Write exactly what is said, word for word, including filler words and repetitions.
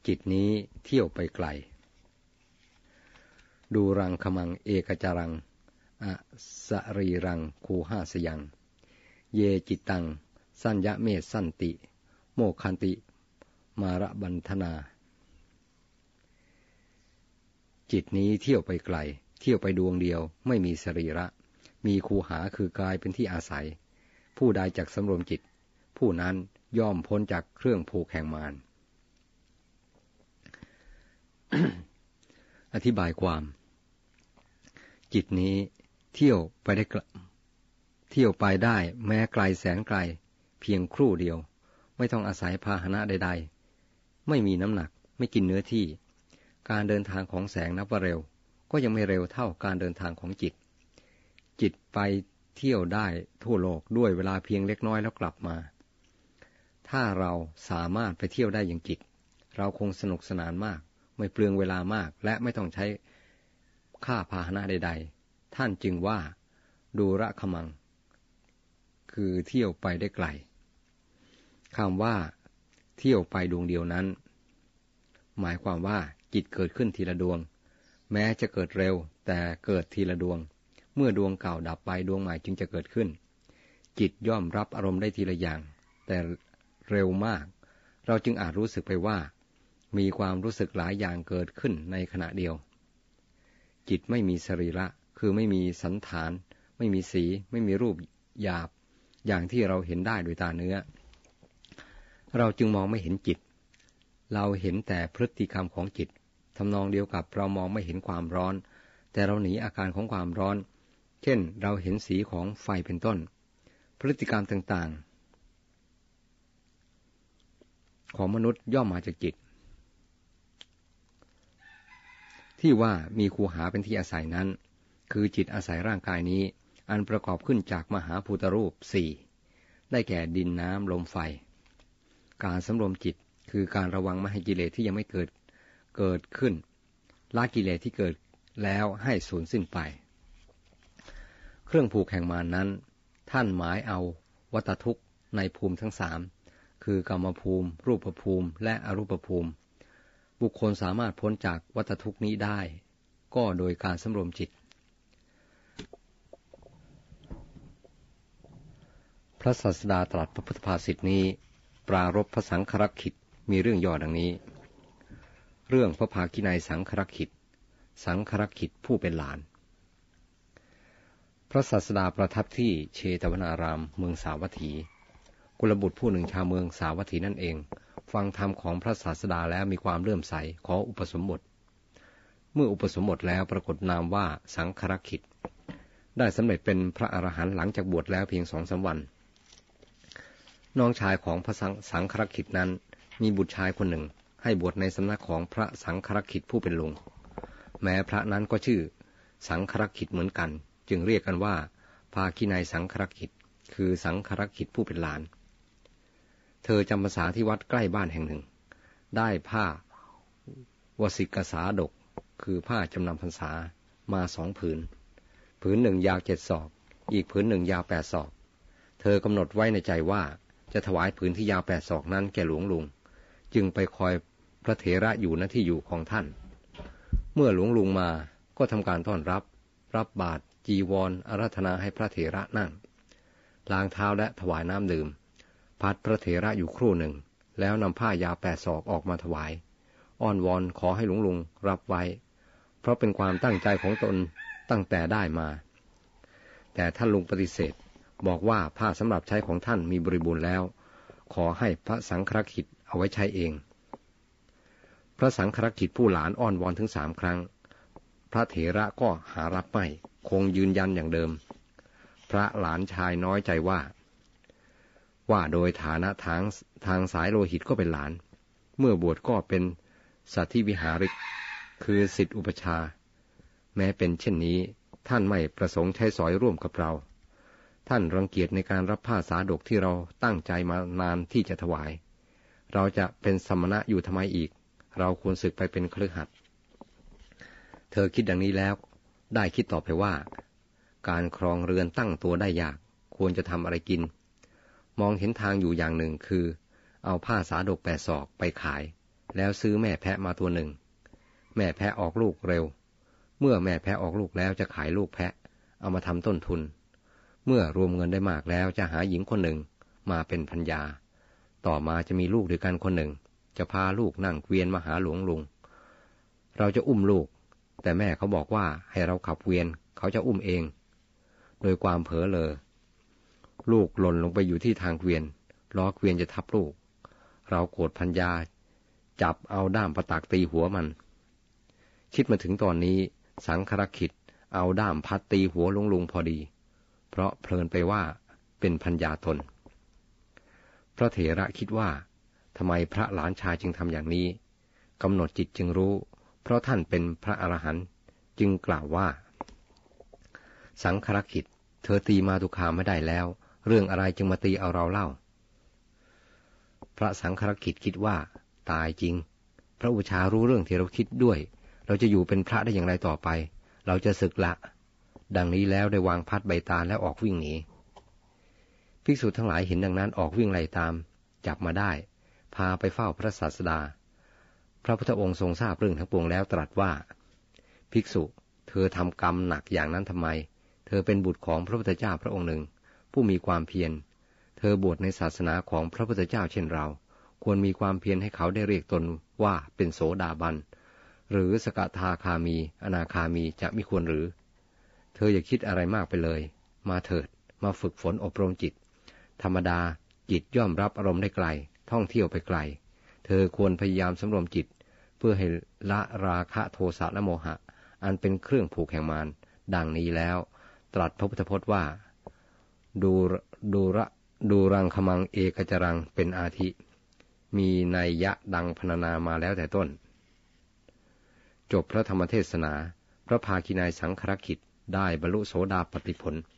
จิตนี้เที่ยวไปไกลดูรังขมังเอกจารังอสรีรังคูหาสยังเยจิตตังสัญญะเมสันติโมคันติมาระบันธนาจิตนี้เที่ยวไปไกลเที่ยวไปดวงเดียวไม่มีสรีระมีคูหาคือกายเป็นที่อาศัยผู้ใดจักสำรวมจิตผู้นั้นย่อมพ้นจากเครื่องผูกแห่งมาร อธิบายความจิตนี้เที่ยวไปได้เที่ยวไปได้แม้ไกลแสนไกลเพียงครู่เดียวไม่ต้องอาศัยพาหนะใดๆไม่มีน้ำหนักไม่กินเนื้อที่การเดินทางของแสงนับว่าเร็วก็ยังไม่เร็วเท่าการเดินทางของจิตจิตไปเที่ยวได้ทั่วโลกด้วยเวลาเพียงเล็กน้อยแล้วกลับมาถ้าเราสามารถไปเที่ยวได้อย่างจิตเราคงสนุกสนานมากไม่เปลืองเวลามากและไม่ต้องใช้ค่าพาหนะใดๆท่านจึงว่าดูระขมังคือเที่ยวไปได้ไกลคำว่าเที่ยวไปดวงเดียวนั้นหมายความว่าจิตเกิดขึ้นทีละดวงแม้จะเกิดเร็วแต่เกิดทีละดวงเมื่อดวงเก่าดับไปดวงใหม่จึงจะเกิดขึ้นจิตย่อมรับอารมณ์ได้ทีละอย่างแต่เร็วมากเราจึงอาจรู้สึกไปว่ามีความรู้สึกหลายอย่างเกิดขึ้นในขณะเดียวจิตไม่มีสรีระคือไม่มีสันฐานไม่มีสีไม่มีรูปหยาบอย่างที่เราเห็นได้โดยตาเนื้อเราจึงมองไม่เห็นจิตเราเห็นแต่พฤติกรรมของจิตทำนองเดียวกับเรามองไม่เห็นความร้อนแต่เราหนีอาการของความร้อนเช่นเราเห็นสีของไฟเป็นต้นพฤติกรรมต่างๆของมนุษย์ย่อมมาจากจิตที่ว่ามีคูหาเป็นที่อาศัยนั้นคือจิตอาศัยร่างกายนี้อันประกอบขึ้นจากมหาภูตรูปสี่ได้แก่ดินน้ำลมไฟการสำรวมจิตคือการระวังไม่ให้กิเลสที่ยังไม่เกิดเกิดขึ้นละกิเลสที่เกิดแล้วให้สูญสิ้นไปเครื่องผูกแห่งมารนั้นท่านหมายเอาวัฏทุกข์ในภูมิทั้งสามคือกามภูมิรูปภูมิและอรูปภูมิบุคคลสามารถพ้นจากวัฏทุกข์นี้ได้ก็โดยการสำรวมจิตพระศาสดาตรัสพระพุทธภาษิตนี้ปรารภพระสังฆรักขิตมีเรื่องย่อดังนี้เรื่องพระภาคินัยสังฆรักขิตสังฆรักขิตผู้เป็นหลานพระศาสดาประทับที่เชตวนารามเมืองสาวัตถีกุลบุตรผู้หนึ่งชาวเมืองสาวัตถีนั่นเองฟังธรรมของพระศาสดาแล้วมีความเลื่อมใสขออุปสมบทเมื่ออุปสมบทแล้วปรากฏนามว่าสังฆรักขิตได้สำเร็จเป็นพระอรหันต์หลังจากบวชแล้วเพียงสองสามวันน้องชายของพระสังฆรักขิตนั้นมีบุตรชายคนหนึ่งให้บวชในสำนักของพระสังฆรักขิตผู้เป็นลุงแม้พระนั้นก็ชื่อสังฆรักขิตเหมือนกันจึงเรียกกันว่าภาคินัยสังฆรักขิตคือสังฆรักขิตผู้เป็นหลานเธอจำพรรษาที่วัดใกล้บ้านแห่งหนึ่งได้ผ้าวสิกษาดกคือผ้าจำนำพรรษามาสองผืนผืนหนึ่งยาวเจ็ดศอกอีกผืนหนึ่งยาวแปดศอกเธอกำหนดไว้ในใจว่าจะถวายผืนที่ยาวแปดศอกนั้นแก่หลวงลุงจึงไปคอยพระเถระอยู่ณที่อยู่ของท่านเมื่อหลวงลุงมาก็ทำการต้อนรับรับบาตรจีวรอาราธนาให้พระเถระนั่งล้างเท้าและถวายน้ำดื่มพัดพระเถระอยู่ครู่หนึ่งแล้วนำผ้ายาวแปดศอกออกมาถวายอ้อนวอนขอให้หลวงลุงรับไว้เพราะเป็นความตั้งใจของตนตั้งแต่ได้มาแต่ท่านลุงปฏิเสธบอกว่าผ้าสำหรับใช้ของท่านมีบริบูรณ์แล้วขอให้พระสังฆรักขิตเอาไว้ใช้เองพระสังฆรักขิตผู้หลานอ้อนวอนถึงสามครั้งพระเถระก็หารับไม่คงยืนยันอย่างเดิมพระหลานชายน้อยใจว่าว่าโดยฐานะทางทางสายโลหิตก็เป็นหลานเมื่อบวชก็เป็นสัตถิวิหาริกคือศิษย์อุปชาแม้เป็นเช่นนี้ท่านไม่ประสงค์ใช้สอยร่วมกับเราท่านรังเกียจในการรับผ้าสาดกที่เราตั้งใจมานานที่จะถวายเราจะเป็นสมณะอยู่ทำไมอีกเราควรศึกไปเป็นคฤหัสถ์เธอคิดดังนี้แล้วได้คิดต่อไปว่าการครองเรือนตั้งตัวได้ยากควรจะทำอะไรกินมองเห็นทางอยู่อย่างหนึ่งคือเอาผ้าสาดกแปดศอกไปขายแล้วซื้อแม่แพะมาตัวหนึ่งแม่แพะออกลูกเร็วเมื่อแม่แพะออกลูกแล้วจะขายลูกแพะเอามาทำต้นทุนเมื่อรวมเงินได้มากแล้วจะหาหญิงคนหนึ่งมาเป็นภรรยาต่อมาจะมีลูกด้วยกันคนหนึ่งจะพาลูกนั่งเกวียนมาหาหลวงลุงเราจะอุ้มลูกแต่แม่เขาบอกว่าให้เราขับเกวียนเขาจะอุ้มเองโดยความเผลอเลอลูกหล่นลงไปอยู่ที่ทางเกวียนล้อเกวียนจะทับลูกเราโกรธภรรยาจับเอาด้ามประตักตีหัวมันคิดมาถึงตอนนี้สังครคิดเอาด้ามพัดตีหัวลุงลุงพอดีเพราะเพลินไปว่าเป็นภรรยาตนพระเถระคิดว่าทำไมพระหลานชายจึงทำอย่างนี้กำหนดจิตจึงรู้เพราะท่านเป็นพระอรหันต์จึงกล่าวว่าสังครคิดเธอตีมาตุคามไม่ได้แล้วเรื่องอะไรจึงมาตีเอาเราเล่าพระสังครคิดคิดว่าตายจริงพระอุชารู้เรื่องที่เราคิดด้วยเราจะอยู่เป็นพระได้อย่างไรต่อไปเราจะสึกละดังนี้แล้วได้วางพัดใบตาลแล้วออกวิ่งหนีภิกษุทั้งหลายเห็นดังนั้นออกวิ่งไล่ตามจับมาได้พาไปเฝ้าพระศาสดาพระพุทธองค์ทรงทราบเรื่องทั้งปวงแล้วตรัสว่าภิกษุเธอทำกรรมหนักอย่างนั้นทำไมเธอเป็นบุตรของพระพุทธเจ้าพระองค์หนึ่งผู้มีความเพียรเธอบวชในศาสนาของพระพุทธเจ้าเช่นเราควรมีความเพียรให้เขาได้เรียกตนว่าเป็นโสดาบันหรือสกทาคามีอนาคามีจะมิควรหรือเธออย่าคิดอะไรมากไปเลยมาเถิดมาฝึกฝนอบรมจิตธรรมดาจิตย่อมรับอารมณ์ได้ไกลท่องเที่ยวไปไกลเธอควรพยายามสำรวมจิตเพื่อให้ละราคะโทสะและโมหะอันเป็นเครื่องผูกแห่งมารดังนี้แล้วตรัสพระพุทธพจน์ว่าดูดูระดูรังขมังเอกจรังเป็นอาทิมีนัยยะดังพรรณนามาแล้วแต่ต้นจบพระธรรมเทศนาพระภาคีนายสังครคิดได้บรรลุโสดาปัตติผล